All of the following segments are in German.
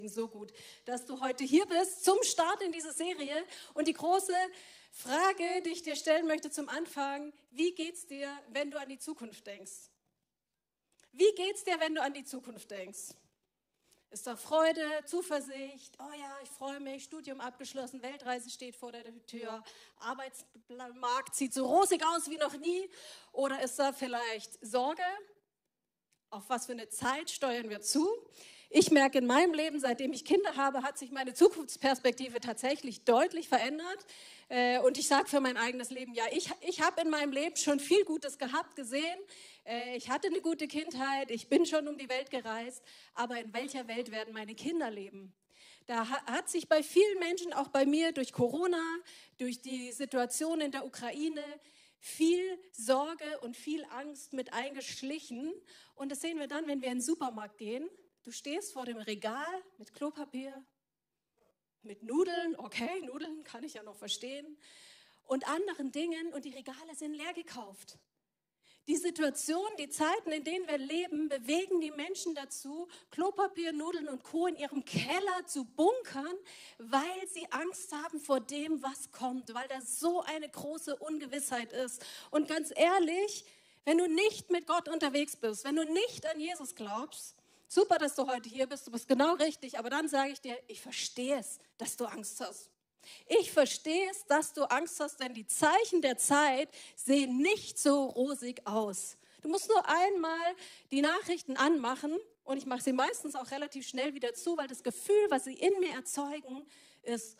So gut, dass du heute hier bist zum Start in diese Serie. Und die große Frage, die ich dir stellen möchte zum Anfang: Wie geht's dir, wenn du an die Zukunft denkst? Wie geht's dir, wenn du an die Zukunft denkst? Ist da Freude, Zuversicht? Oh ja, ich freue mich, Studium abgeschlossen, Weltreise steht vor der Tür, Arbeitsmarkt sieht so rosig aus wie noch nie? Oder ist da vielleicht Sorge? Auf was für eine Zeit steuern wir zu? Ich merke in meinem Leben, seitdem ich Kinder habe, hat sich meine Zukunftsperspektive tatsächlich deutlich verändert. Und ich sage für mein eigenes Leben, ja, ich habe in meinem Leben schon viel Gutes gehabt, gesehen. Ich hatte eine gute Kindheit, ich bin schon um die Welt gereist. Aber in welcher Welt werden meine Kinder leben? Da hat sich bei vielen Menschen, auch bei mir, durch Corona, durch die Situation in der Ukraine, viel Sorge und viel Angst mit eingeschlichen. Und das sehen wir dann, wenn wir in den Supermarkt gehen. Du stehst vor dem Regal mit Klopapier, mit Nudeln, okay, Nudeln kann ich ja noch verstehen, und anderen Dingen, und die Regale sind leer gekauft. Die Situation, die Zeiten, in denen wir leben, bewegen die Menschen dazu, Klopapier, Nudeln und Co. in ihrem Keller zu bunkern, weil sie Angst haben vor dem, was kommt, weil da so eine große Ungewissheit ist. Und ganz ehrlich, wenn du nicht mit Gott unterwegs bist, wenn du nicht an Jesus glaubst, super, dass du heute hier bist, du bist genau richtig, aber dann sage ich dir, ich verstehe es, dass du Angst hast. Ich verstehe es, dass du Angst hast, denn die Zeichen der Zeit sehen nicht so rosig aus. Du musst nur einmal die Nachrichten anmachen, und ich mache sie meistens auch relativ schnell wieder zu, weil das Gefühl, was sie in mir erzeugen, ist,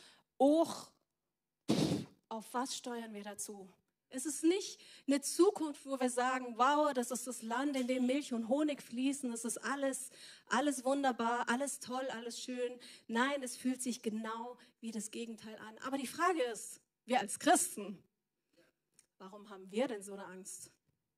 auf was steuern wir dazu? Es ist nicht eine Zukunft, wo wir sagen, wow, das ist das Land, in dem Milch und Honig fließen, es ist alles wunderbar, alles toll, alles schön. Nein, es fühlt sich genau wie das Gegenteil an. Aber die Frage ist, wir als Christen, warum haben wir denn so eine Angst?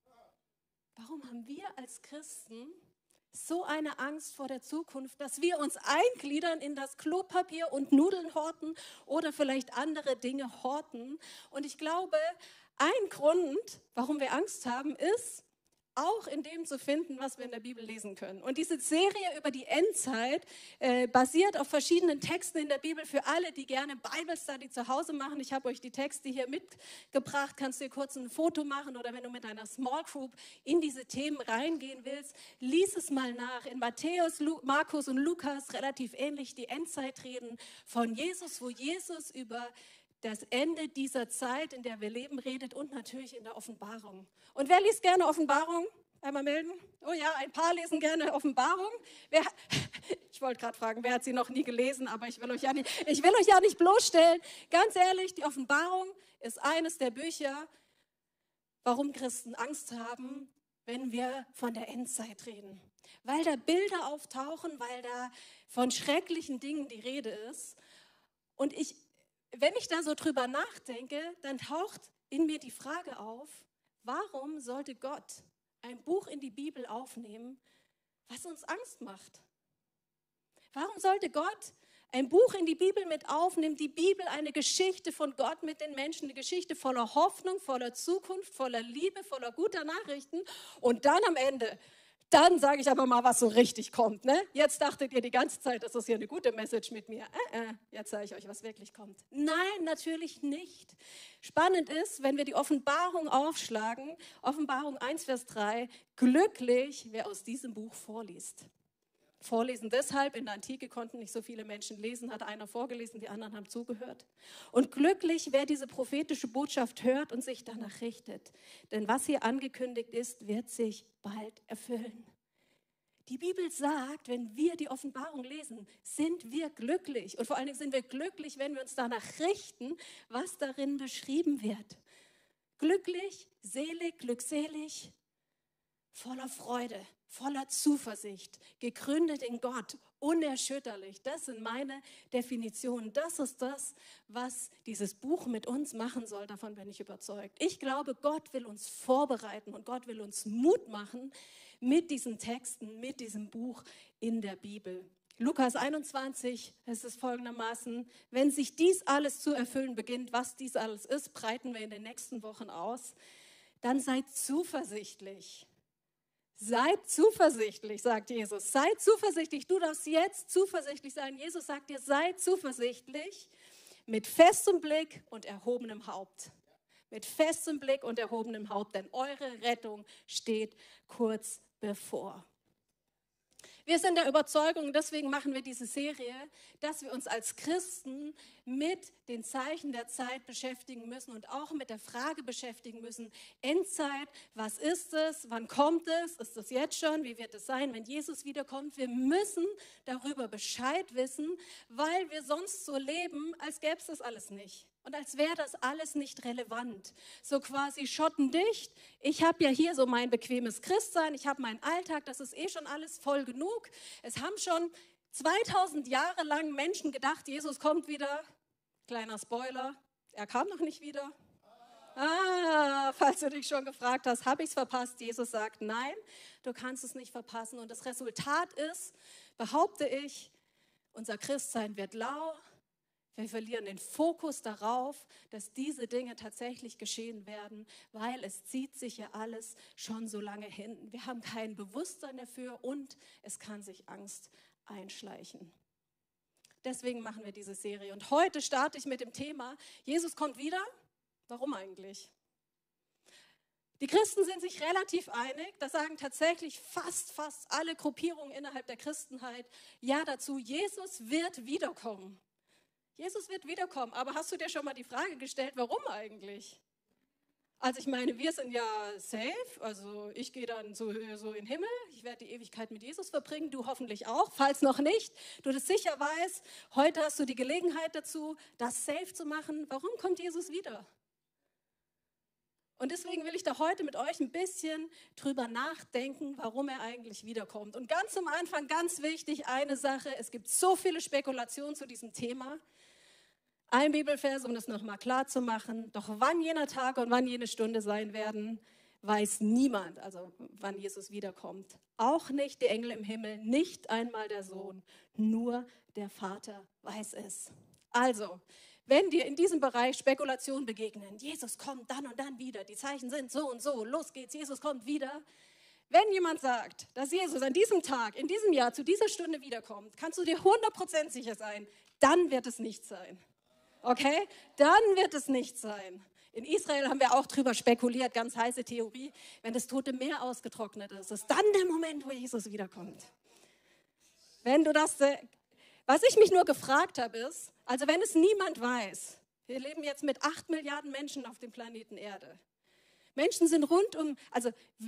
Warum haben wir als Christen so eine Angst vor der Zukunft, dass wir uns eingliedern in das Klopapier und Nudeln horten oder vielleicht andere Dinge horten? Und ich glaube, ein Grund, warum wir Angst haben, ist, auch in dem zu finden, was wir in der Bibel lesen können. Und diese Serie über die Endzeit basiert auf verschiedenen Texten in der Bibel für alle, die gerne Bible Study zu Hause machen. Ich habe euch die Texte hier mitgebracht. Kannst du dir kurz ein Foto machen, oder wenn du mit einer Small Group in diese Themen reingehen willst, lies es mal nach. In Matthäus, Markus und Lukas relativ ähnlich die Endzeitreden von Jesus, wo Jesus über das Ende dieser Zeit, in der wir leben, redet, und natürlich in der Offenbarung. Und wer liest gerne Offenbarung? Einmal melden. Oh ja, ein paar lesen gerne Offenbarung. Ich wollte gerade fragen, wer hat sie noch nie gelesen, aber ich will euch ja nicht bloßstellen. Ganz ehrlich, die Offenbarung ist eines der Bücher, warum Christen Angst haben, wenn wir von der Endzeit reden. Weil da Bilder auftauchen, weil da von schrecklichen Dingen die Rede ist. Und wenn ich da so drüber nachdenke, dann taucht in mir die Frage auf, warum sollte Gott ein Buch in die Bibel aufnehmen, was uns Angst macht? Warum sollte Gott ein Buch in die Bibel mit aufnehmen, die Bibel, eine Geschichte von Gott mit den Menschen, eine Geschichte voller Hoffnung, voller Zukunft, voller Liebe, voller guter Nachrichten, und dann am Ende, dann sage ich aber mal, was so richtig kommt. Ne? Jetzt dachtet ihr die ganze Zeit, das ist hier eine gute Message mit mir. Jetzt sage ich euch, was wirklich kommt. Nein, natürlich nicht. Spannend ist, wenn wir die Offenbarung aufschlagen, Offenbarung 1, Vers 3, glücklich, wer aus diesem Buch vorliest. Vorlesen deshalb, in der Antike konnten nicht so viele Menschen lesen, hat einer vorgelesen, die anderen haben zugehört. Und glücklich, wer diese prophetische Botschaft hört und sich danach richtet. Denn was hier angekündigt ist, wird sich bald erfüllen. Die Bibel sagt, wenn wir die Offenbarung lesen, sind wir glücklich. Und vor allen Dingen sind wir glücklich, wenn wir uns danach richten, was darin beschrieben wird. Glücklich, selig, glückselig, voller Freude, voller Zuversicht, gegründet in Gott, unerschütterlich. Das sind meine Definitionen. Das ist das, was dieses Buch mit uns machen soll. Davon bin ich überzeugt. Ich glaube, Gott will uns vorbereiten und Gott will uns Mut machen mit diesen Texten, mit diesem Buch in der Bibel. Lukas 21, es ist folgendermaßen: Wenn sich dies alles zu erfüllen beginnt, was dies alles ist, breiten wir in den nächsten Wochen aus, dann seid zuversichtlich. Seid zuversichtlich, sagt Jesus. Seid zuversichtlich. Du darfst jetzt zuversichtlich sein. Jesus sagt dir, seid zuversichtlich mit festem Blick und erhobenem Haupt. Mit festem Blick und erhobenem Haupt, denn eure Rettung steht kurz bevor. Wir sind der Überzeugung, deswegen machen wir diese Serie, dass wir uns als Christen mit den Zeichen der Zeit beschäftigen müssen und auch mit der Frage beschäftigen müssen, Endzeit, was ist es, wann kommt es, ist es jetzt schon, wie wird es sein, wenn Jesus wiederkommt? Wir müssen darüber Bescheid wissen, weil wir sonst so leben, als gäbe es das alles nicht. Und als wäre das alles nicht relevant. So quasi schottendicht. Ich habe ja hier so mein bequemes Christsein, ich habe meinen Alltag, das ist eh schon alles voll genug. Es haben schon 2000 Jahre lang Menschen gedacht, Jesus kommt wieder. Kleiner Spoiler, er kam noch nicht wieder. Falls du dich schon gefragt hast, habe ich es verpasst? Jesus sagt, nein, du kannst es nicht verpassen. Und das Resultat ist, behaupte ich, unser Christsein wird lau. Wir verlieren den Fokus darauf, dass diese Dinge tatsächlich geschehen werden, weil es zieht sich ja alles schon so lange hin. Wir haben kein Bewusstsein dafür und es kann sich Angst einschleichen. Deswegen machen wir diese Serie. Und heute starte ich mit dem Thema, Jesus kommt wieder. Warum eigentlich? Die Christen sind sich relativ einig, das sagen tatsächlich fast alle Gruppierungen innerhalb der Christenheit ja dazu, Jesus wird wiederkommen. Jesus wird wiederkommen, aber hast du dir schon mal die Frage gestellt, warum eigentlich? Also ich meine, wir sind ja safe, also ich gehe dann so in den Himmel, ich werde die Ewigkeit mit Jesus verbringen, du hoffentlich auch, falls noch nicht, du das sicher weißt, heute hast du die Gelegenheit dazu, das safe zu machen. Warum kommt Jesus wieder? Und deswegen will ich da heute mit euch ein bisschen drüber nachdenken, warum er eigentlich wiederkommt. Und ganz am Anfang, ganz wichtig, eine Sache, es gibt so viele Spekulationen zu diesem Thema. Ein Bibelvers, um das nochmal klar zu machen. Doch wann jener Tag und wann jene Stunde sein werden, weiß niemand, also wann Jesus wiederkommt. Auch nicht die Engel im Himmel, nicht einmal der Sohn, nur der Vater weiß es. Also, wenn dir in diesem Bereich Spekulationen begegnen, Jesus kommt dann und dann wieder, die Zeichen sind so und so, los geht's, Jesus kommt wieder. Wenn jemand sagt, dass Jesus an diesem Tag, in diesem Jahr, zu dieser Stunde wiederkommt, kannst du dir 100% sicher sein, dann wird es nicht sein. Okay? Dann wird es nicht sein. In Israel haben wir auch drüber spekuliert, ganz heiße Theorie, wenn das Tote Meer ausgetrocknet ist, ist dann der Moment, wo Jesus wiederkommt. Wenn du das, was ich mich nur gefragt habe, ist, also wenn es niemand weiß, wir leben jetzt mit 8 Milliarden Menschen auf dem Planeten Erde. Menschen sind also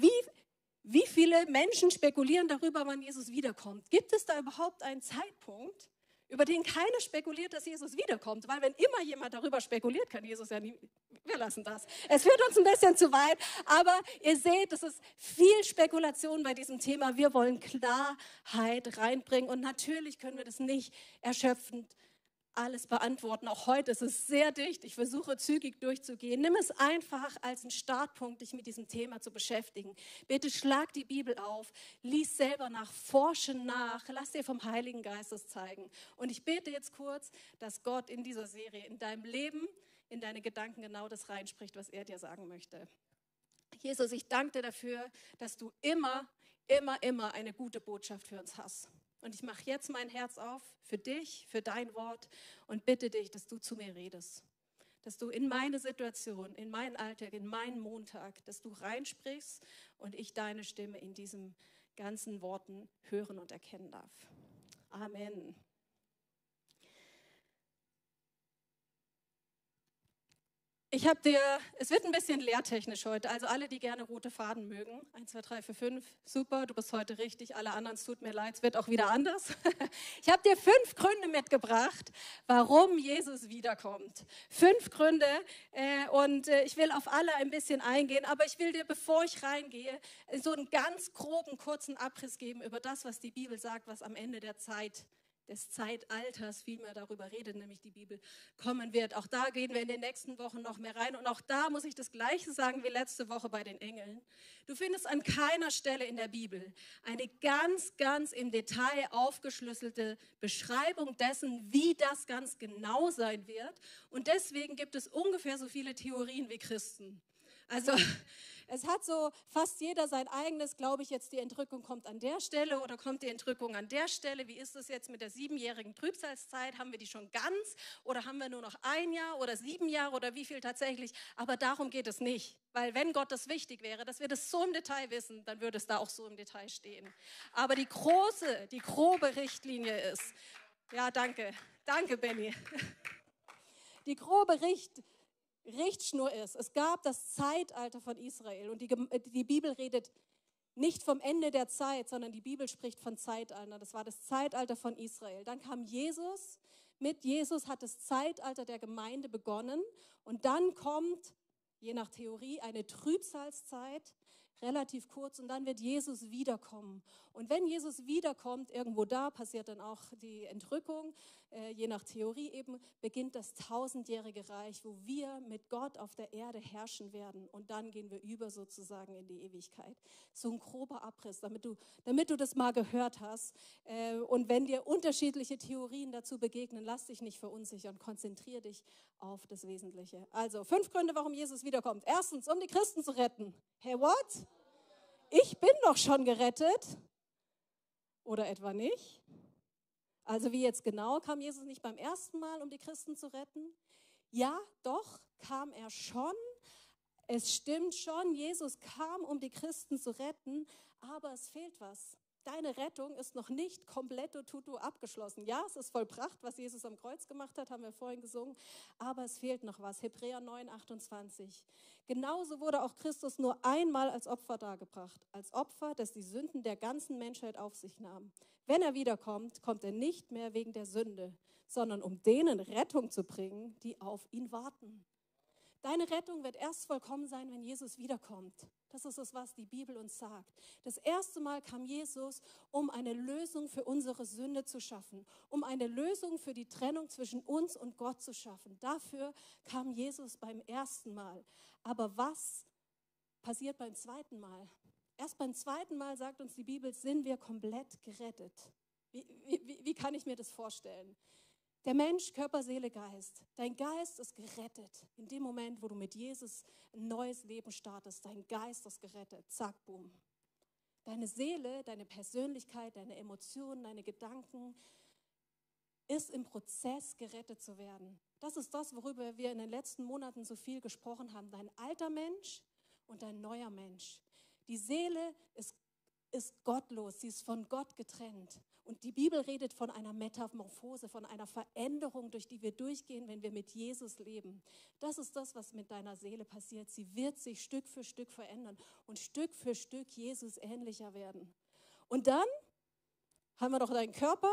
wie viele Menschen spekulieren darüber, wann Jesus wiederkommt? Gibt es da überhaupt einen Zeitpunkt, über den keiner spekuliert, dass Jesus wiederkommt? Weil wenn immer jemand darüber spekuliert, kann Jesus ja nie, wir lassen das. Es führt uns ein bisschen zu weit, aber ihr seht, es ist viel Spekulation bei diesem Thema. Wir wollen Klarheit reinbringen und natürlich können wir das nicht erschöpfend alles beantworten. Auch heute ist es sehr dicht. Ich versuche zügig durchzugehen. Nimm es einfach als einen Startpunkt, dich mit diesem Thema zu beschäftigen. Bitte schlag die Bibel auf, lies selber nach, forsche nach, lass dir vom Heiligen Geist das zeigen. Und ich bete jetzt kurz, dass Gott in dieser Serie, in deinem Leben, in deine Gedanken genau das reinspricht, was er dir sagen möchte. Jesus, ich danke dir dafür, dass du immer eine gute Botschaft für uns hast. Und ich mache jetzt mein Herz auf für dich, für dein Wort und bitte dich, dass du zu mir redest. Dass du in meine Situation, in meinen Alltag, in meinen Montag, dass du reinsprichst und ich deine Stimme in diesen ganzen Worten hören und erkennen darf. Amen. Es wird ein bisschen lehrtechnisch heute, also alle, die gerne rote Faden mögen. 1, 2, 3, 4, 5, super, du bist heute richtig, alle anderen, es tut mir leid, es wird auch wieder anders. Ich habe dir 5 Gründe mitgebracht, warum Jesus wiederkommt. 5 Gründe und ich will auf alle ein bisschen eingehen, aber ich will dir, bevor ich reingehe, so einen ganz groben, kurzen Abriss geben über das, was die Bibel sagt, was am Ende der Zeit des Zeitalters, vielmehr darüber redet, nämlich die Bibel, kommen wird. Auch da gehen wir in den nächsten Wochen noch mehr rein. Und auch da muss ich das Gleiche sagen wie letzte Woche bei den Engeln. Du findest an keiner Stelle in der Bibel eine ganz im Detail aufgeschlüsselte Beschreibung dessen, wie das ganz genau sein wird. Und deswegen gibt es ungefähr so viele Theorien wie Christen. Also Es hat so fast jeder sein eigenes, glaube ich, jetzt die Entrückung kommt an der Stelle oder kommt die Entrückung an der Stelle. Wie ist es jetzt mit der 7-jährigen Trübsalzeit? Haben wir die schon ganz oder haben wir nur noch 1 Jahr oder 7 Jahre oder wie viel tatsächlich? Aber darum geht es nicht, weil wenn Gott das wichtig wäre, dass wir das so im Detail wissen, dann würde es da auch so im Detail stehen. Aber die grobe Richtlinie ist, ja, danke, Benny. Die grobe Richtschnur ist, es gab das Zeitalter von Israel und die Bibel redet nicht vom Ende der Zeit, sondern die Bibel spricht von Zeitalter. Das war das Zeitalter von Israel. Dann kam Jesus, mit Jesus hat das Zeitalter der Gemeinde begonnen und dann kommt, je nach Theorie, eine Trübsalzeit, relativ kurz und dann wird Jesus wiederkommen. Und wenn Jesus wiederkommt, irgendwo da passiert dann auch die Entrückung, je nach Theorie eben, beginnt das 1000-jährige Reich, wo wir mit Gott auf der Erde herrschen werden und dann gehen wir über sozusagen in die Ewigkeit. So ein grober Abriss, damit du das mal gehört hast. Und wenn dir unterschiedliche Theorien dazu begegnen, lass dich nicht verunsichern, konzentriere dich auf das Wesentliche. Also 5 Gründe, warum Jesus wiederkommt. Erstens, um die Christen zu retten. Hey, what? Ich bin doch schon gerettet. Oder etwa nicht? Also wie jetzt genau, kam Jesus nicht beim ersten Mal, um die Christen zu retten? Ja, doch, kam er schon. Es stimmt schon, Jesus kam, um die Christen zu retten, aber es fehlt was. Deine Rettung ist noch nicht kompletto tutu abgeschlossen. Ja, es ist vollbracht, was Jesus am Kreuz gemacht hat, haben wir vorhin gesungen, aber es fehlt noch was. Hebräer 9, 28. Genauso wurde auch Christus nur einmal als Opfer dargebracht, als Opfer, das die Sünden der ganzen Menschheit auf sich nahm. Wenn er wiederkommt, kommt er nicht mehr wegen der Sünde, sondern um denen Rettung zu bringen, die auf ihn warten. Deine Rettung wird erst vollkommen sein, wenn Jesus wiederkommt. Das ist es, was die Bibel uns sagt. Das erste Mal kam Jesus, um eine Lösung für unsere Sünde zu schaffen, um eine Lösung für die Trennung zwischen uns und Gott zu schaffen. Dafür kam Jesus beim ersten Mal. Aber was passiert beim zweiten Mal? Erst beim zweiten Mal, sagt uns die Bibel, sind wir komplett gerettet. Wie kann ich mir das vorstellen? Der Mensch, Körper, Seele, Geist. Dein Geist ist gerettet. In dem Moment, wo du mit Jesus ein neues Leben startest, dein Geist ist gerettet. Zack, boom. Deine Seele, deine Persönlichkeit, deine Emotionen, deine Gedanken ist im Prozess, gerettet zu werden. Das ist das, worüber wir in den letzten Monaten so viel gesprochen haben. Dein alter Mensch und dein neuer Mensch. Die Seele ist gottlos, sie ist von Gott getrennt. Und die Bibel redet von einer Metamorphose, von einer Veränderung, durch die wir durchgehen, wenn wir mit Jesus leben. Das ist das, was mit deiner Seele passiert. Sie wird sich Stück für Stück verändern und Stück für Stück Jesus ähnlicher werden. Und dann haben wir noch deinen Körper,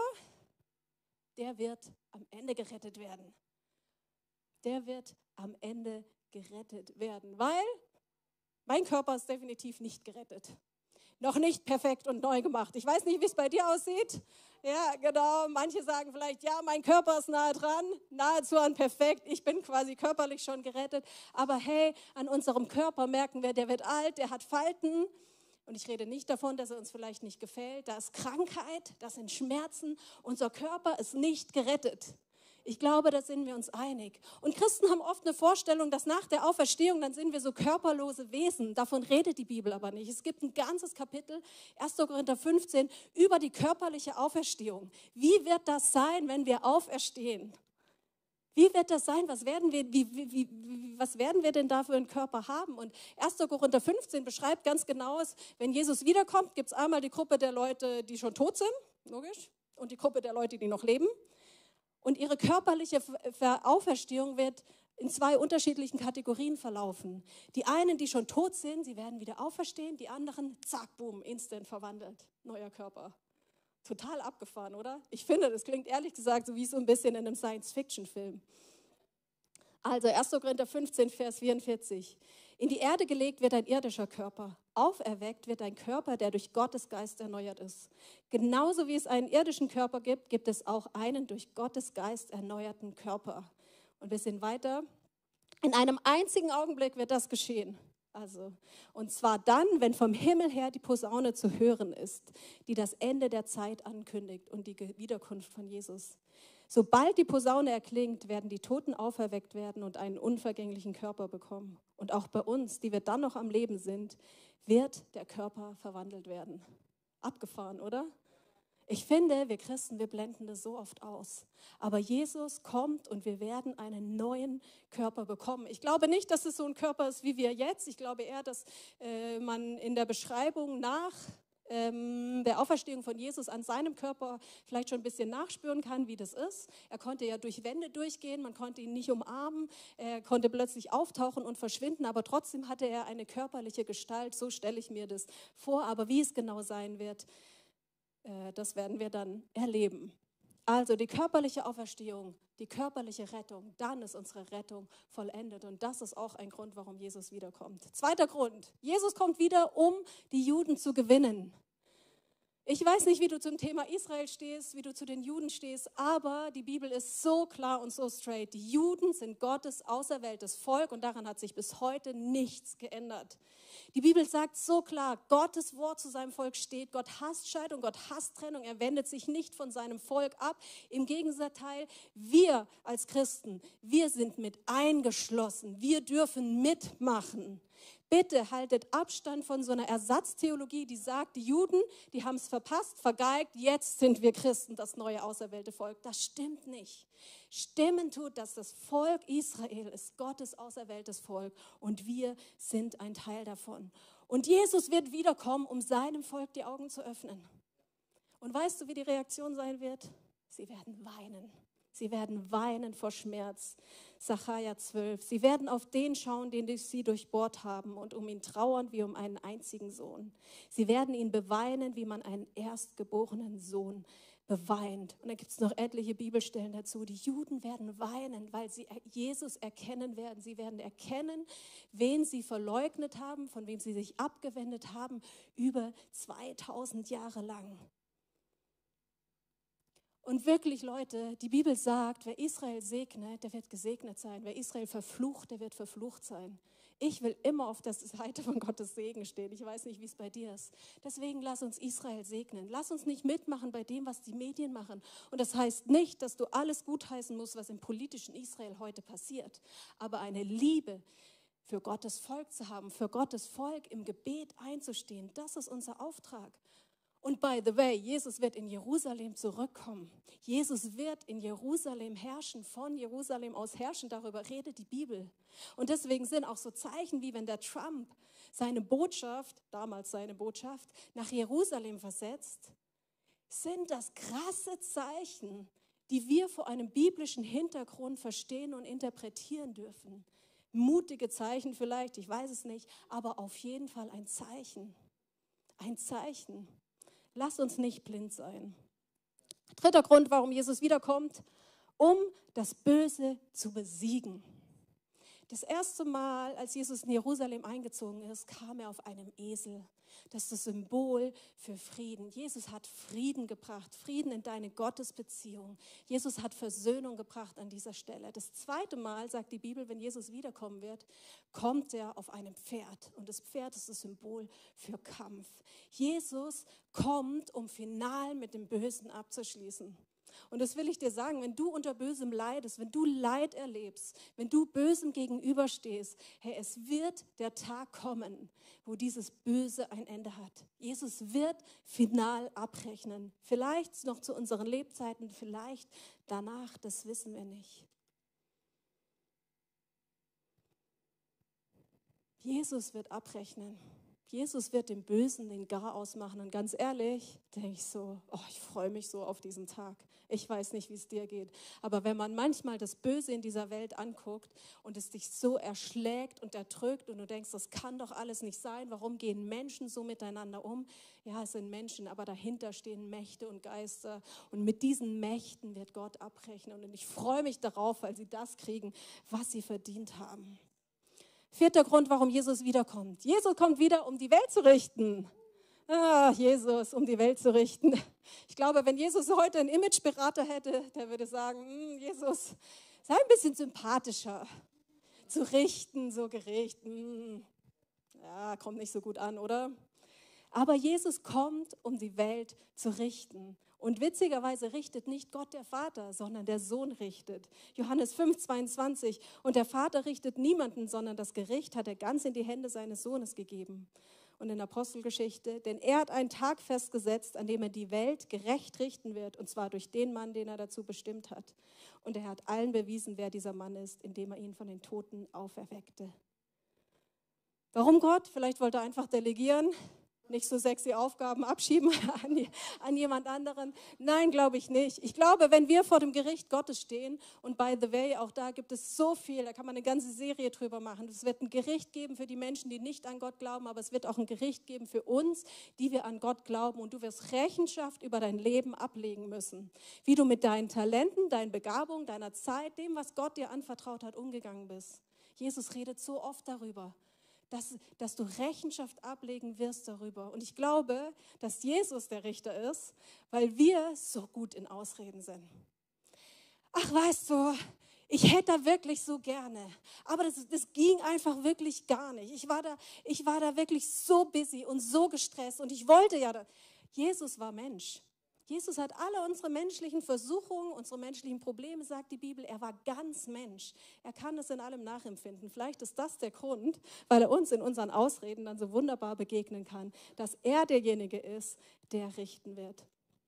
der wird am Ende gerettet werden. Der wird am Ende gerettet werden, weil mein Körper ist definitiv nicht gerettet. Noch nicht perfekt und neu gemacht. Ich weiß nicht, wie es bei dir aussieht. Ja, genau. Manche sagen vielleicht, ja, mein Körper ist nahe dran, nahezu an perfekt. Ich bin quasi körperlich schon gerettet. Aber hey, an unserem Körper merken wir, der wird alt, der hat Falten. Und ich rede nicht davon, dass er uns vielleicht nicht gefällt. Da ist Krankheit, das sind Schmerzen. Unser Körper ist nicht gerettet. Ich glaube, da sind wir uns einig. Und Christen haben oft eine Vorstellung, dass nach der Auferstehung, dann sind wir so körperlose Wesen. Davon redet die Bibel aber nicht. Es gibt ein ganzes Kapitel, 1. Korinther 15, über die körperliche Auferstehung. Wie wird das sein, wenn wir auferstehen? Wie wird das sein? Was werden wir denn da für einen Körper haben? Und 1. Korinther 15 beschreibt ganz genau, wenn Jesus wiederkommt, gibt es einmal die Gruppe der Leute, die schon tot sind, logisch, und die Gruppe der Leute, die noch leben. Und ihre körperliche Auferstehung wird in 2 unterschiedlichen Kategorien verlaufen. Die einen, die schon tot sind, sie werden wieder auferstehen. Die anderen, zack, boom, instant verwandelt. Neuer Körper. Total abgefahren, oder? Ich finde, das klingt ehrlich gesagt so wie so ein bisschen in einem Science-Fiction-Film. Also 1. Korinther 15, Vers 44. In die Erde gelegt wird ein irdischer Körper. Auferweckt wird ein Körper, der durch Gottes Geist erneuert ist. Genauso wie es einen irdischen Körper gibt, gibt es auch einen durch Gottes Geist erneuerten Körper. Und wir sind weiter. In einem einzigen Augenblick wird das geschehen. Und zwar dann, wenn vom Himmel her die Posaune zu hören ist, die das Ende der Zeit ankündigt und die Wiederkunft von Jesus. Sobald die Posaune erklingt, werden die Toten auferweckt werden und einen unvergänglichen Körper bekommen. Und auch bei uns, die wir dann noch am Leben sind, wird der Körper verwandelt werden. Abgefahren, oder? Ich finde, wir Christen, wir blenden das so oft aus. Aber Jesus kommt und wir werden einen neuen Körper bekommen. Ich glaube nicht, dass es so ein Körper ist wie wir jetzt. Ich glaube eher, dass man in der Beschreibung nach der Auferstehung von Jesus an seinem Körper vielleicht schon ein bisschen nachspüren kann, wie das ist. Er konnte ja durch Wände durchgehen, man konnte ihn nicht umarmen, er konnte plötzlich auftauchen und verschwinden, aber trotzdem hatte er eine körperliche Gestalt, so stelle ich mir das vor. Aber wie es genau sein wird, das werden wir dann erleben. Also die körperliche Auferstehung, die körperliche Rettung, dann ist unsere Rettung vollendet. Und das ist auch ein Grund, warum Jesus wiederkommt. Zweiter Grund, Jesus kommt wieder, um die Juden zu gewinnen. Ich weiß nicht, wie du zum Thema Israel stehst, wie du zu den Juden stehst, aber die Bibel ist so klar und so straight. Die Juden sind Gottes auserwähltes Volk und daran hat sich bis heute nichts geändert. Die Bibel sagt so klar, Gottes Wort zu seinem Volk steht. Gott hasst Scheidung, Gott hasst Trennung. Er wendet sich nicht von seinem Volk ab. Im Gegenteil, wir als Christen, wir sind mit eingeschlossen. Wir dürfen mitmachen. Bitte haltet Abstand von so einer Ersatztheologie, die sagt, die Juden, die haben es verpasst, vergeigt, jetzt sind wir Christen, das neue auserwählte Volk. Das stimmt nicht. Stimmen tut, dass das Volk Israel ist Gottes auserwähltes Volk und wir sind ein Teil davon. Und Jesus wird wiederkommen, um seinem Volk die Augen zu öffnen. Und weißt du, wie die Reaktion sein wird? Sie werden weinen. Sie werden weinen vor Schmerz. Sacharja 12. Sie werden auf den schauen, den sie durchbohrt haben und um ihn trauern wie um einen einzigen Sohn. Sie werden ihn beweinen, wie man einen erstgeborenen Sohn beweint. Und dann gibt es noch etliche Bibelstellen dazu. Die Juden werden weinen, weil sie Jesus erkennen werden. Sie werden erkennen, wen sie verleugnet haben, von wem sie sich abgewendet haben, über 2000 Jahre lang. Und wirklich, Leute, die Bibel sagt, wer Israel segnet, der wird gesegnet sein. Wer Israel verflucht, der wird verflucht sein. Ich will immer auf der Seite von Gottes Segen stehen. Ich weiß nicht, wie es bei dir ist. Deswegen lass uns Israel segnen. Lass uns nicht mitmachen bei dem, was die Medien machen. Und das heißt nicht, dass du alles gutheißen musst, was im politischen Israel heute passiert. Aber eine Liebe für Gottes Volk zu haben, für Gottes Volk im Gebet einzustehen, das ist unser Auftrag. Und by the way, Jesus wird in Jerusalem zurückkommen. Jesus wird in Jerusalem herrschen, von Jerusalem aus herrschen. Darüber redet die Bibel. Und deswegen sind auch so Zeichen, wie wenn der Trump seine Botschaft, damals seine Botschaft, nach Jerusalem versetzt, sind das krasse Zeichen, die wir vor einem biblischen Hintergrund verstehen und interpretieren dürfen. Mutige Zeichen vielleicht, ich weiß es nicht, aber auf jeden Fall ein Zeichen. Ein Zeichen. Lass uns nicht blind sein. Dritter Grund, warum Jesus wiederkommt, um das Böse zu besiegen. Das erste Mal, als Jesus in Jerusalem eingezogen ist, kam er auf einem Esel. Das ist das Symbol für Frieden. Jesus hat Frieden gebracht, Frieden in deine Gottesbeziehung. Jesus hat Versöhnung gebracht an dieser Stelle. Das zweite Mal, sagt die Bibel, wenn Jesus wiederkommen wird, kommt er auf einem Pferd. Und das Pferd ist das Symbol für Kampf. Jesus kommt, um final mit dem Bösen abzuschließen. Und das will ich dir sagen, wenn du unter Bösem leidest, wenn du Leid erlebst, wenn du Bösem gegenüberstehst, hey, es wird der Tag kommen, wo dieses Böse ein Ende hat. Jesus wird final abrechnen. Vielleicht noch zu unseren Lebzeiten, vielleicht danach, das wissen wir nicht. Jesus wird abrechnen. Jesus wird dem Bösen den Garaus machen. Und ganz ehrlich, denke ich so, oh, ich freue mich so auf diesen Tag. Ich weiß nicht, wie es dir geht. Aber wenn man manchmal das Böse in dieser Welt anguckt und es dich so erschlägt und erdrückt und du denkst, das kann doch alles nicht sein. Warum gehen Menschen so miteinander um? Ja, es sind Menschen, aber dahinter stehen Mächte und Geister. Und mit diesen Mächten wird Gott abrechnen. Und ich freue mich darauf, weil sie das kriegen, was sie verdient haben. Vierter Grund, warum Jesus wiederkommt. Jesus kommt wieder, um die Welt zu richten. Ah, Jesus, um die Welt zu richten. Ich glaube, wenn Jesus heute einen Imageberater hätte, der würde sagen, Jesus, sei ein bisschen sympathischer. Zu richten, so gerecht. Ja, kommt nicht so gut an, oder? Aber Jesus kommt, um die Welt zu richten. Und witzigerweise richtet nicht Gott der Vater, sondern der Sohn richtet. Johannes 5,22. Und der Vater richtet niemanden, sondern das Gericht hat er ganz in die Hände seines Sohnes gegeben. Und in der Apostelgeschichte, denn er hat einen Tag festgesetzt, an dem er die Welt gerecht richten wird, und zwar durch den Mann, den er dazu bestimmt hat. Und er hat allen bewiesen, wer dieser Mann ist, indem er ihn von den Toten auferweckte. Warum Gott? Vielleicht wollte er einfach delegieren, nicht so sexy Aufgaben abschieben an jemand anderen. Nein, glaube ich nicht. Ich glaube, wenn wir vor dem Gericht Gottes stehen, und by the way, auch da gibt es so viel, da kann man eine ganze Serie drüber machen. Es wird ein Gericht geben für die Menschen, die nicht an Gott glauben, aber es wird auch ein Gericht geben für uns, die wir an Gott glauben. Und du wirst Rechenschaft über dein Leben ablegen müssen. Wie du mit deinen Talenten, deinen Begabungen, deiner Zeit, dem, was Gott dir anvertraut hat, umgegangen bist. Jesus redet so oft darüber, dass du Rechenschaft ablegen wirst darüber. Und ich glaube, dass Jesus der Richter ist, weil wir so gut in Ausreden sind. Ach, weißt du, ich hätte da wirklich so gerne, aber das ging einfach wirklich gar nicht. Ich war da wirklich so busy und so gestresst und ich wollte ja, Jesus war Mensch. Jesus hat alle unsere menschlichen Versuchungen, unsere menschlichen Probleme, sagt die Bibel, er war ganz Mensch. Er kann es in allem nachempfinden. Vielleicht ist das der Grund, weil er uns in unseren Ausreden dann so wunderbar begegnen kann, dass er derjenige ist, der richten wird.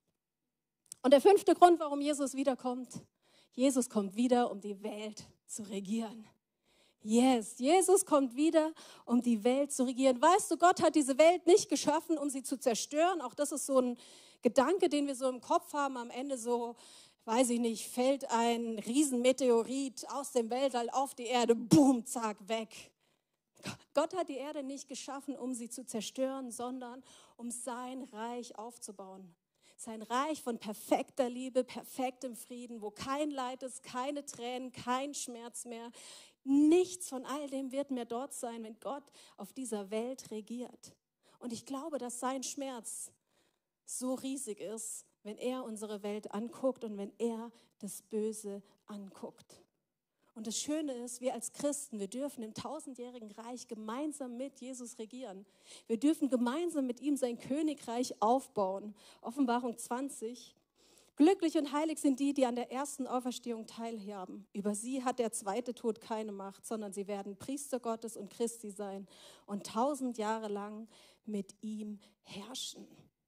Und der 5. Grund, warum Jesus wiederkommt: Jesus kommt wieder, um die Welt zu regieren. Yes, Jesus kommt wieder, um die Welt zu regieren. Weißt du, Gott hat diese Welt nicht geschaffen, um sie zu zerstören. Auch das ist so ein Gedanke, den wir so im Kopf haben. Am Ende so, weiß ich nicht, fällt ein Riesenmeteorit aus dem Weltall auf die Erde, boom, zack, weg. Gott hat die Erde nicht geschaffen, um sie zu zerstören, sondern um sein Reich aufzubauen. Sein Reich von perfekter Liebe, perfektem Frieden, wo kein Leid ist, keine Tränen, kein Schmerz mehr. Nichts von all dem wird mehr dort sein, wenn Gott auf dieser Welt regiert. Und ich glaube, dass sein Schmerz so riesig ist, wenn er unsere Welt anguckt und wenn er das Böse anguckt. Und das Schöne ist, wir als Christen, wir dürfen im 1000-jährigen Reich gemeinsam mit Jesus regieren. Wir dürfen gemeinsam mit ihm sein Königreich aufbauen. Offenbarung 20. Glücklich und heilig sind die, die an der ersten Auferstehung teilhaben. Über sie hat der zweite Tod keine Macht, sondern sie werden Priester Gottes und Christi sein und 1000 Jahre lang mit ihm herrschen.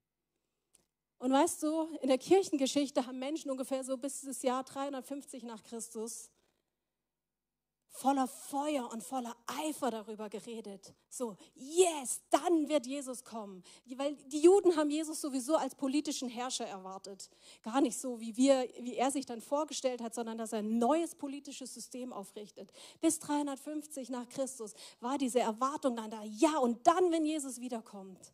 Und weißt du, in der Kirchengeschichte haben Menschen ungefähr so bis das Jahr 350 nach Christus voller Feuer und voller Eifer darüber geredet. So, yes, dann wird Jesus kommen. Weil die Juden haben Jesus sowieso als politischen Herrscher erwartet. Gar nicht so, wie er sich dann vorgestellt hat, sondern dass er ein neues politisches System aufrichtet. Bis 350 nach Christus war diese Erwartung dann da. Ja, und dann, wenn Jesus wiederkommt.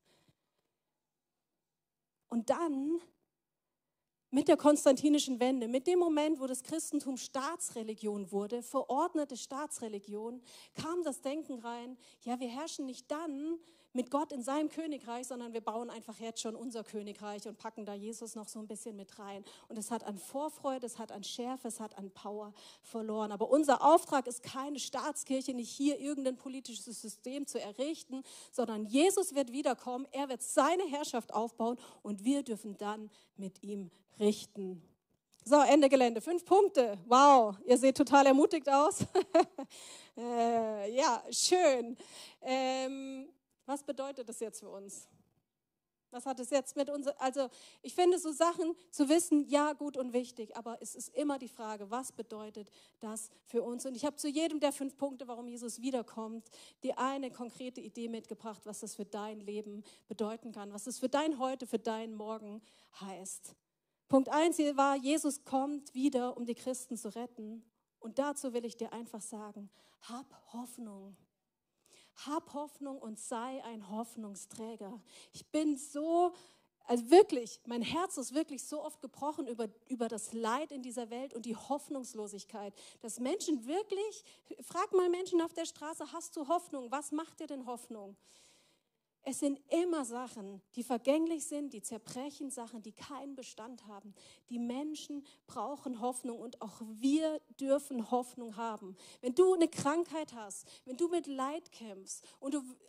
Und dann, mit der konstantinischen Wende, mit dem Moment, wo das Christentum Staatsreligion wurde, verordnete Staatsreligion, kam das Denken rein, ja, wir herrschen nicht dann mit Gott in seinem Königreich, sondern wir bauen einfach jetzt schon unser Königreich und packen da Jesus noch so ein bisschen mit rein. Und es hat an Vorfreude, es hat an Schärfe, es hat an Power verloren. Aber unser Auftrag ist keine Staatskirche, nicht hier irgendein politisches System zu errichten, sondern Jesus wird wiederkommen, er wird seine Herrschaft aufbauen und wir dürfen dann mit ihm richten. So, Ende Gelände. 5 Punkte. Wow, ihr seht total ermutigt aus. Ja, schön. Was bedeutet das jetzt für uns? Was hat es jetzt mit uns? Also ich finde so Sachen zu wissen, ja, gut und wichtig, aber es ist immer die Frage, was bedeutet das für uns? Und ich habe zu jedem der 5 Punkte, warum Jesus wiederkommt, dir eine konkrete Idee mitgebracht, was das für dein Leben bedeuten kann, was das für dein Heute, für dein Morgen heißt. Punkt 1 hier war, Jesus kommt wieder, um die Christen zu retten. Und dazu will ich dir einfach sagen, hab Hoffnung. Hab Hoffnung und sei ein Hoffnungsträger. Ich bin so, also wirklich, mein Herz ist wirklich so oft gebrochen über das Leid in dieser Welt und die Hoffnungslosigkeit. Dass Menschen wirklich, frag mal Menschen auf der Straße, hast du Hoffnung? Was macht dir denn Hoffnung? Es sind immer Sachen, die vergänglich sind, die zerbrechen, Sachen, die keinen Bestand haben. Die Menschen brauchen Hoffnung und auch wir dürfen Hoffnung haben. Wenn du eine Krankheit hast, wenn du mit Leid kämpfst und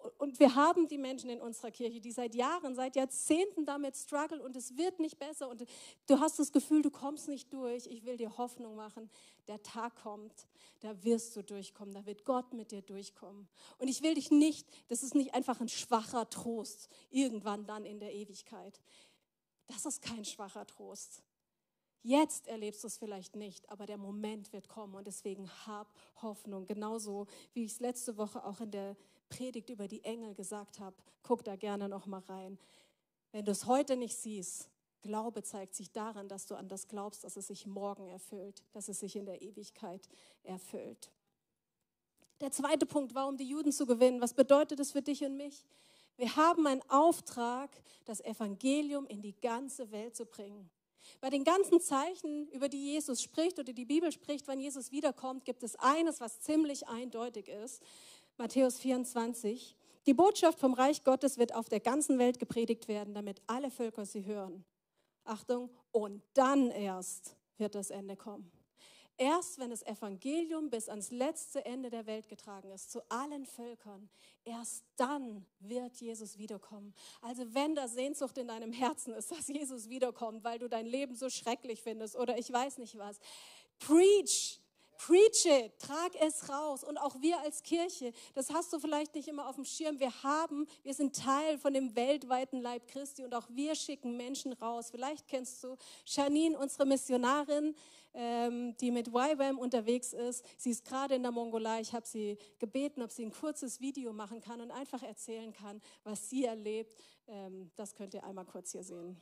Und wir haben die Menschen in unserer Kirche, die seit Jahren, seit Jahrzehnten damit strugglen und es wird nicht besser. Und du hast das Gefühl, du kommst nicht durch. Ich will dir Hoffnung machen. Der Tag kommt, da wirst du durchkommen. Da wird Gott mit dir durchkommen. Und ich will dich nicht, das ist nicht einfach ein schwacher Trost, irgendwann dann in der Ewigkeit. Das ist kein schwacher Trost. Jetzt erlebst du es vielleicht nicht, aber der Moment wird kommen und deswegen hab Hoffnung. Genauso wie ich es letzte Woche auch in der Predigt über die Engel gesagt habe. Guck da gerne noch mal rein. Wenn du es heute nicht siehst, Glaube zeigt sich daran, dass du an das glaubst, dass es sich morgen erfüllt, dass es sich in der Ewigkeit erfüllt. Der zweite Punkt, warum die Juden zu gewinnen. Was bedeutet es für dich und mich? Wir haben einen Auftrag, das Evangelium in die ganze Welt zu bringen. Bei den ganzen Zeichen, über die Jesus spricht oder die Bibel spricht, wenn Jesus wiederkommt, gibt es eines, was ziemlich eindeutig ist. Matthäus 24. Die Botschaft vom Reich Gottes wird auf der ganzen Welt gepredigt werden, damit alle Völker sie hören. Achtung, und dann erst wird das Ende kommen. Erst wenn das Evangelium bis ans letzte Ende der Welt getragen ist, zu allen Völkern, erst dann wird Jesus wiederkommen. Also wenn da Sehnsucht in deinem Herzen ist, dass Jesus wiederkommt, weil du dein Leben so schrecklich findest oder ich weiß nicht was, preach it, trag es raus. Und auch wir als Kirche, das hast du vielleicht nicht immer auf dem Schirm, wir sind Teil von dem weltweiten Leib Christi und auch wir schicken Menschen raus. Vielleicht kennst du Janine, unsere Missionarin, die mit YWAM unterwegs ist. Sie ist gerade in der Mongolei. Ich habe sie gebeten, ob sie ein kurzes Video machen kann und einfach erzählen kann, was sie erlebt. Das könnt ihr einmal kurz hier sehen.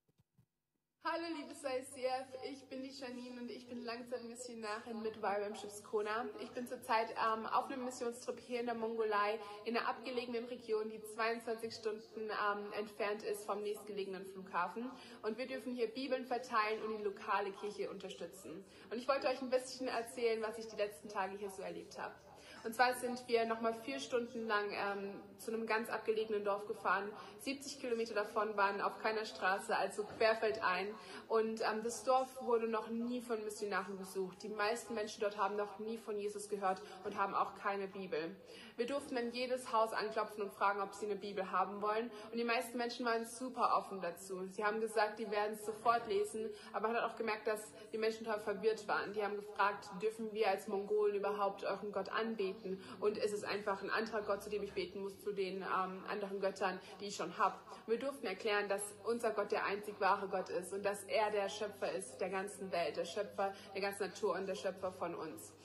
Hallo liebes ICF, ich bin die Janine und ich bin Langzeitmissionarin mit YWAM Schiffskona. Ich bin zurzeit auf einem Missionstrip hier in der Mongolei, in einer abgelegenen Region, die 22 Stunden entfernt ist vom nächstgelegenen Flughafen. Und wir dürfen hier Bibeln verteilen und die lokale Kirche unterstützen. Und ich wollte euch ein bisschen erzählen, was ich die letzten Tage hier so erlebt habe. Und zwar sind wir nochmal 4 Stunden lang zu einem ganz abgelegenen Dorf gefahren. 70 Kilometer davon waren auf keiner Straße, also querfeldein. Und das Dorf wurde noch nie von Missionaren besucht. Die meisten Menschen dort haben noch nie von Jesus gehört und haben auch keine Bibel. Wir durften an jedes Haus anklopfen und fragen, ob sie eine Bibel haben wollen. Und die meisten Menschen waren super offen dazu. Sie haben gesagt, die werden es sofort lesen. Aber man hat auch gemerkt, dass die Menschen total verwirrt waren. Die haben gefragt, dürfen wir als Mongolen überhaupt euren Gott anbeten? Und ist es einfach ein anderer Gott, zu dem ich beten muss, zu den anderen Göttern, die ich schon habe? Wir durften erklären, dass unser Gott der einzig wahre Gott ist und dass er der Schöpfer ist der ganzen Welt, der Schöpfer der ganzen Natur und der Schöpfer von uns.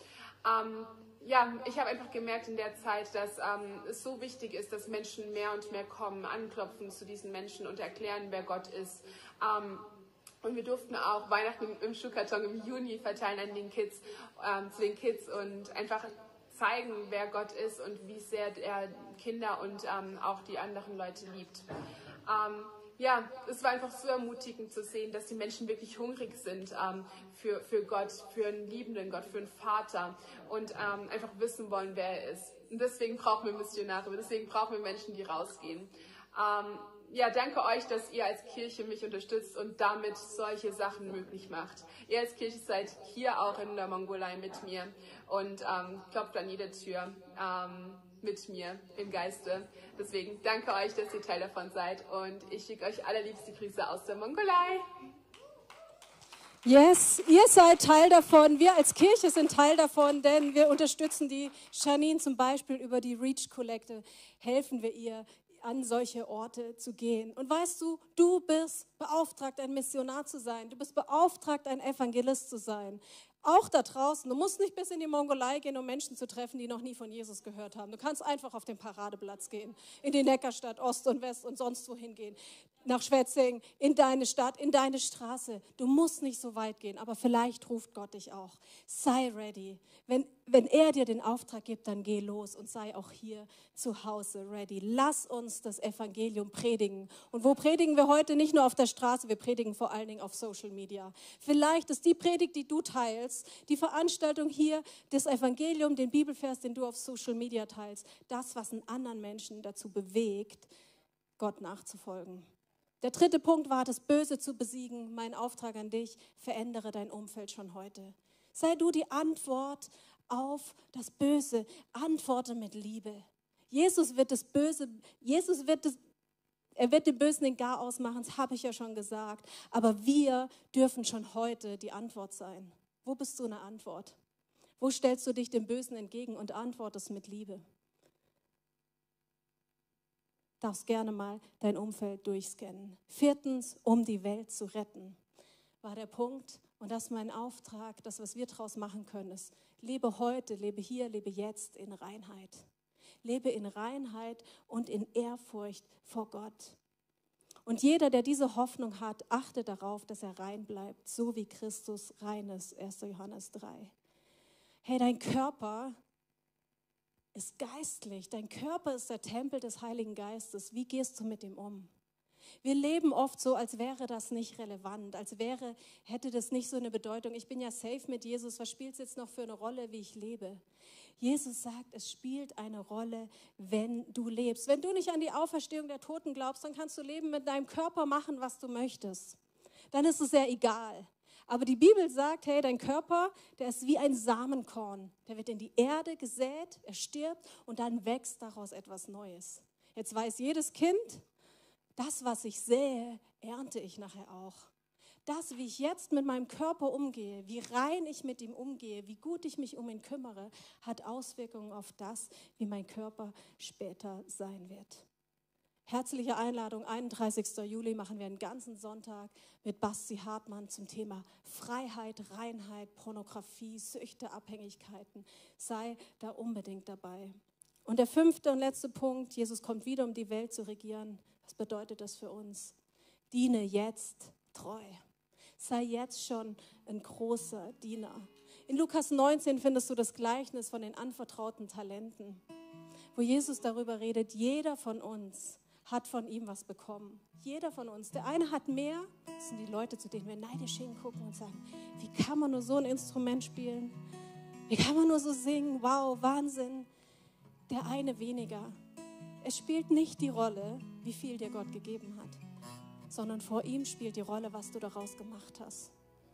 Ja, ich habe einfach gemerkt in der Zeit, dass es so wichtig ist, dass Menschen mehr und mehr kommen, anklopfen zu diesen Menschen und erklären, wer Gott ist. Und wir durften auch Weihnachten im Schuhkarton im Juni verteilen an den Kids, zu den Kids und einfach zeigen, wer Gott ist und wie sehr er Kinder und auch die anderen Leute liebt. Ja, es war einfach so ermutigend zu sehen, dass die Menschen wirklich hungrig sind für Gott, für einen liebenden Gott, für einen Vater und einfach wissen wollen, wer er ist. Und deswegen brauchen wir Missionare, deswegen brauchen wir Menschen, die rausgehen. Ja, danke euch, dass ihr als Kirche mich unterstützt und damit solche Sachen möglich macht. Ihr als Kirche seid hier auch in der Mongolei mit mir und klopft an jede Tür mit mir im Geiste. Deswegen danke euch, dass ihr Teil davon seid und ich schicke euch allerliebste Grüße aus der Mongolei. Yes, ihr seid Teil davon, wir als Kirche sind Teil davon, denn wir unterstützen die Janine zum Beispiel über die Reach-Kollekte, helfen wir ihr, an solche Orte zu gehen. Und weißt du, du bist beauftragt, ein Missionar zu sein. Du bist beauftragt, ein Evangelist zu sein. Auch da draußen. Du musst nicht bis in die Mongolei gehen, um Menschen zu treffen, die noch nie von Jesus gehört haben. Du kannst einfach auf den Paradeplatz gehen, in die Neckarstadt, Ost und West und sonst wohin gehen. Nach Schwetzingen, in deine Stadt, in deine Straße. Du musst nicht so weit gehen, aber vielleicht ruft Gott dich auch. Sei ready. Wenn er dir den Auftrag gibt, dann geh los und sei auch hier zu Hause ready. Lass uns das Evangelium predigen. Und wo predigen wir heute? Nicht nur auf der Straße, wir predigen vor allen Dingen auf Social Media. Vielleicht ist die Predigt, die du teilst, die Veranstaltung hier, das Evangelium, den Bibelvers, den du auf Social Media teilst, das, was einen anderen Menschen dazu bewegt, Gott nachzufolgen. Der dritte Punkt war, das Böse zu besiegen. Mein Auftrag an dich, verändere dein Umfeld schon heute. Sei du die Antwort auf das Böse. Antworte mit Liebe. Jesus wird dem Bösen den Garaus machen, das habe ich ja schon gesagt. Aber wir dürfen schon heute die Antwort sein. Wo bist du eine Antwort? Wo stellst du dich dem Bösen entgegen und antwortest mit Liebe? Darfst gerne mal dein Umfeld durchscannen. 4, um die Welt zu retten, war der Punkt. Und das ist mein Auftrag, das, was wir daraus machen können, ist, lebe heute, lebe hier, lebe jetzt in Reinheit. Lebe in Reinheit und in Ehrfurcht vor Gott. Und jeder, der diese Hoffnung hat, achte darauf, dass er rein bleibt, so wie Christus rein ist, 1. Johannes 3. Hey, dein Körper ist geistlich. Dein Körper ist der Tempel des Heiligen Geistes. Wie gehst du mit ihm um? Wir leben oft so, als wäre das nicht relevant, hätte das nicht so eine Bedeutung. Ich bin ja safe mit Jesus, was spielt es jetzt noch für eine Rolle, wie ich lebe? Jesus sagt, es spielt eine Rolle, wenn du lebst. Wenn du nicht an die Auferstehung der Toten glaubst, dann kannst du leben mit deinem Körper machen, was du möchtest. Dann ist es ja egal. Aber die Bibel sagt, hey, dein Körper, der ist wie ein Samenkorn. Der wird in die Erde gesät, er stirbt und dann wächst daraus etwas Neues. Jetzt weiß jedes Kind, das, was ich sähe, ernte ich nachher auch. Das, wie ich jetzt mit meinem Körper umgehe, wie rein ich mit ihm umgehe, wie gut ich mich um ihn kümmere, hat Auswirkungen auf das, wie mein Körper später sein wird. Herzliche Einladung, 31. Juli machen wir einen ganzen Sonntag mit Basti Hartmann zum Thema Freiheit, Reinheit, Pornografie, Süchte, Abhängigkeiten. Sei da unbedingt dabei. Und der 5. und letzte Punkt, Jesus kommt wieder, um die Welt zu regieren. Was bedeutet das für uns? Diene jetzt treu. Sei jetzt schon ein großer Diener. In Lukas 19 findest du das Gleichnis von den anvertrauten Talenten, wo Jesus darüber redet, jeder von uns hat von ihm was bekommen. Jeder von uns. Der eine hat mehr, das sind die Leute, zu denen wir neidisch hingucken und sagen, wie kann man nur so ein Instrument spielen? Wie kann man nur so singen? Wow, Wahnsinn. Der eine weniger. Es spielt nicht die Rolle, wie viel dir Gott gegeben hat, sondern vor ihm spielt die Rolle, was du daraus gemacht hast.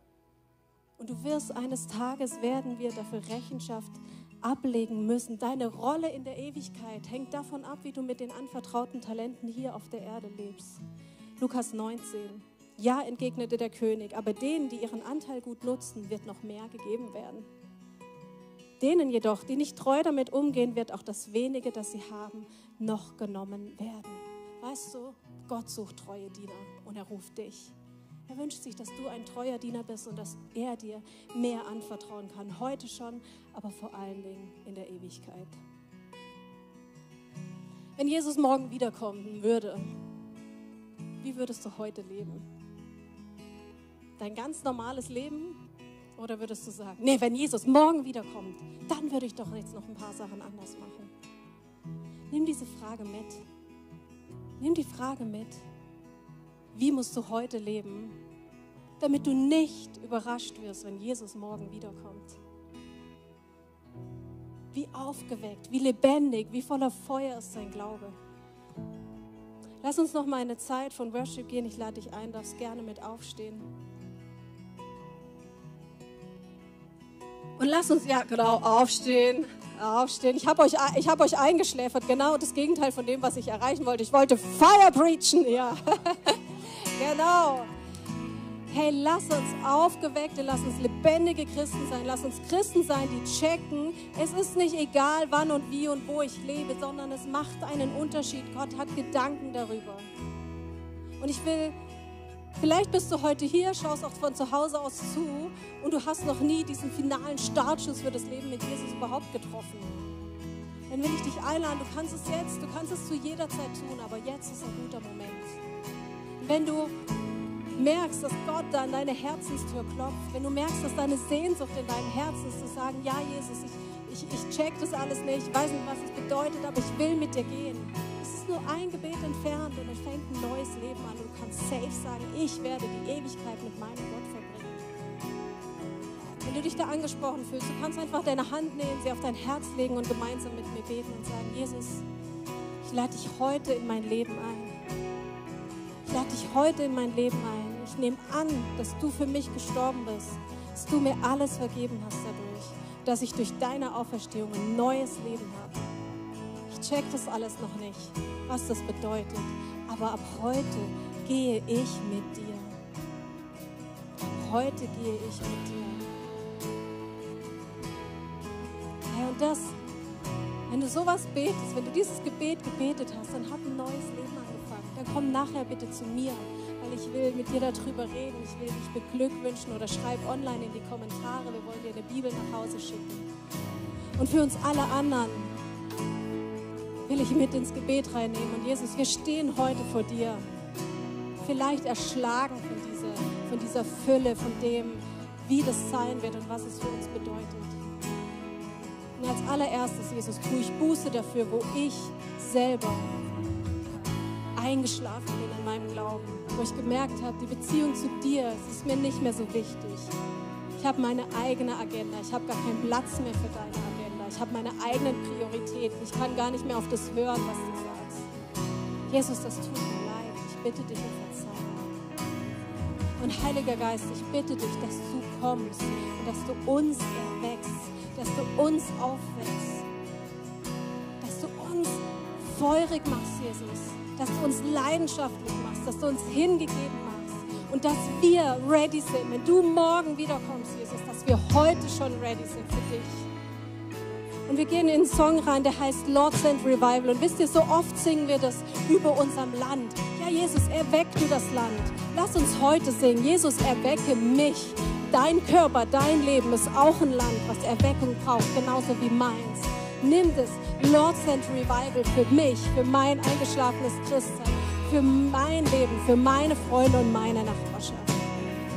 Und du wirst eines Tages, werden wir dafür Rechenschaft ablegen müssen. Deine Rolle in der Ewigkeit hängt davon ab, wie du mit den anvertrauten Talenten hier auf der Erde lebst. Lukas 19. Ja, entgegnete der König, aber denen, die ihren Anteil gut nutzen, wird noch mehr gegeben werden. Denen jedoch, die nicht treu damit umgehen, wird auch das Wenige, das sie haben, noch genommen werden. Weißt du, Gott sucht treue Diener und er ruft dich. Er wünscht sich, dass du ein treuer Diener bist und dass er dir mehr anvertrauen kann. Heute schon, aber vor allen Dingen in der Ewigkeit. Wenn Jesus morgen wiederkommen würde, wie würdest du heute leben? Dein ganz normales Leben? Oder würdest du sagen, nee, wenn Jesus morgen wiederkommt, dann würde ich doch jetzt noch ein paar Sachen anders machen. Nimm diese Frage mit. Nimm die Frage mit. Wie musst du heute leben, damit du nicht überrascht wirst, wenn Jesus morgen wiederkommt? Wie aufgeweckt, wie lebendig, wie voller Feuer ist dein Glaube? Lass uns noch mal eine Zeit von Worship gehen. Ich lade dich ein, darfst gerne mit aufstehen. Und lass uns, ja genau, aufstehen. Ich habe euch eingeschläfert, genau das Gegenteil von dem, was ich erreichen wollte. Ich wollte Fire preachen, ja. Genau. Hey, lass uns aufgeweckte, lass uns lebendige Christen sein. Lass uns Christen sein, die checken. Es ist nicht egal, wann und wie und wo ich lebe, sondern es macht einen Unterschied. Gott hat Gedanken darüber. Und ich will, vielleicht bist du heute hier, schaust auch von zu Hause aus zu und du hast noch nie diesen finalen Startschuss für das Leben mit Jesus überhaupt getroffen. Dann will ich dich einladen, du kannst es jetzt, du kannst es zu jeder Zeit tun, aber jetzt ist ein guter Moment. Wenn du merkst, dass Gott da an deine Herzenstür klopft, wenn du merkst, dass deine Sehnsucht in deinem Herzen ist, zu sagen, ja Jesus, ich check das alles nicht, ich weiß nicht, was es bedeutet, aber ich will mit dir gehen. Es ist nur ein Gebet entfernt und es fängt ein neues Leben an und du kannst safe sagen, ich werde die Ewigkeit mit meinem Gott verbringen. Wenn du dich da angesprochen fühlst, du kannst einfach deine Hand nehmen, sie auf dein Herz legen und gemeinsam mit mir beten und sagen, Jesus, ich lade dich heute in mein Leben ein. Ich lade dich heute in mein Leben ein. Ich nehme an, dass du für mich gestorben bist, dass du mir alles vergeben hast dadurch, dass ich durch deine Auferstehung ein neues Leben habe. Ich check das alles noch nicht, was das bedeutet. Aber ab heute gehe ich mit dir. Ab heute gehe ich mit dir. Hey, und das, wenn du sowas betest, wenn du dieses Gebet gebetet hast, dann hat ein neues Leben angefangen. Dann komm nachher bitte zu mir, weil ich will mit dir darüber reden. Ich will dich beglückwünschen oder schreib online in die Kommentare. Wir wollen dir eine Bibel nach Hause schicken. Und für uns alle anderen will ich mit ins Gebet reinnehmen. Und Jesus, wir stehen heute vor dir, vielleicht erschlagen von dieser Fülle, von dem, wie das sein wird und was es für uns bedeutet. Und als allererstes, Jesus, tue ich Buße dafür, wo ich selber eingeschlafen bin in meinem Glauben, wo ich gemerkt habe, die Beziehung zu dir, es ist mir nicht mehr so wichtig. Ich habe meine eigene Agenda, ich habe gar keinen Platz mehr für deine Agenda, ich habe meine eigenen Prioritäten, ich kann gar nicht mehr auf das hören, was du sagst. Jesus, das tut mir leid, ich bitte dich um Verzeihung. Und Heiliger Geist, ich bitte dich, dass du kommst und dass du uns erweckst, dass du uns aufwächst, dass du uns feurig machst, Jesus, dass du uns leidenschaftlich machst, dass du uns hingegeben machst und dass wir ready sind, wenn du morgen wiederkommst, Jesus, dass wir heute schon ready sind für dich. Und wir gehen in einen Song rein, der heißt Lord Send Revival. Und wisst ihr, so oft singen wir das über unserem Land. Ja, Jesus, erweck du das Land. Lass uns heute singen, Jesus, erwecke mich. Dein Körper, dein Leben ist auch ein Land, was Erweckung braucht, genauso wie meins. Nimm das Lord Send Revival für mich, für mein eingeschlafenes Christsein, für mein Leben, für meine Freunde und meine Nachbarschaft.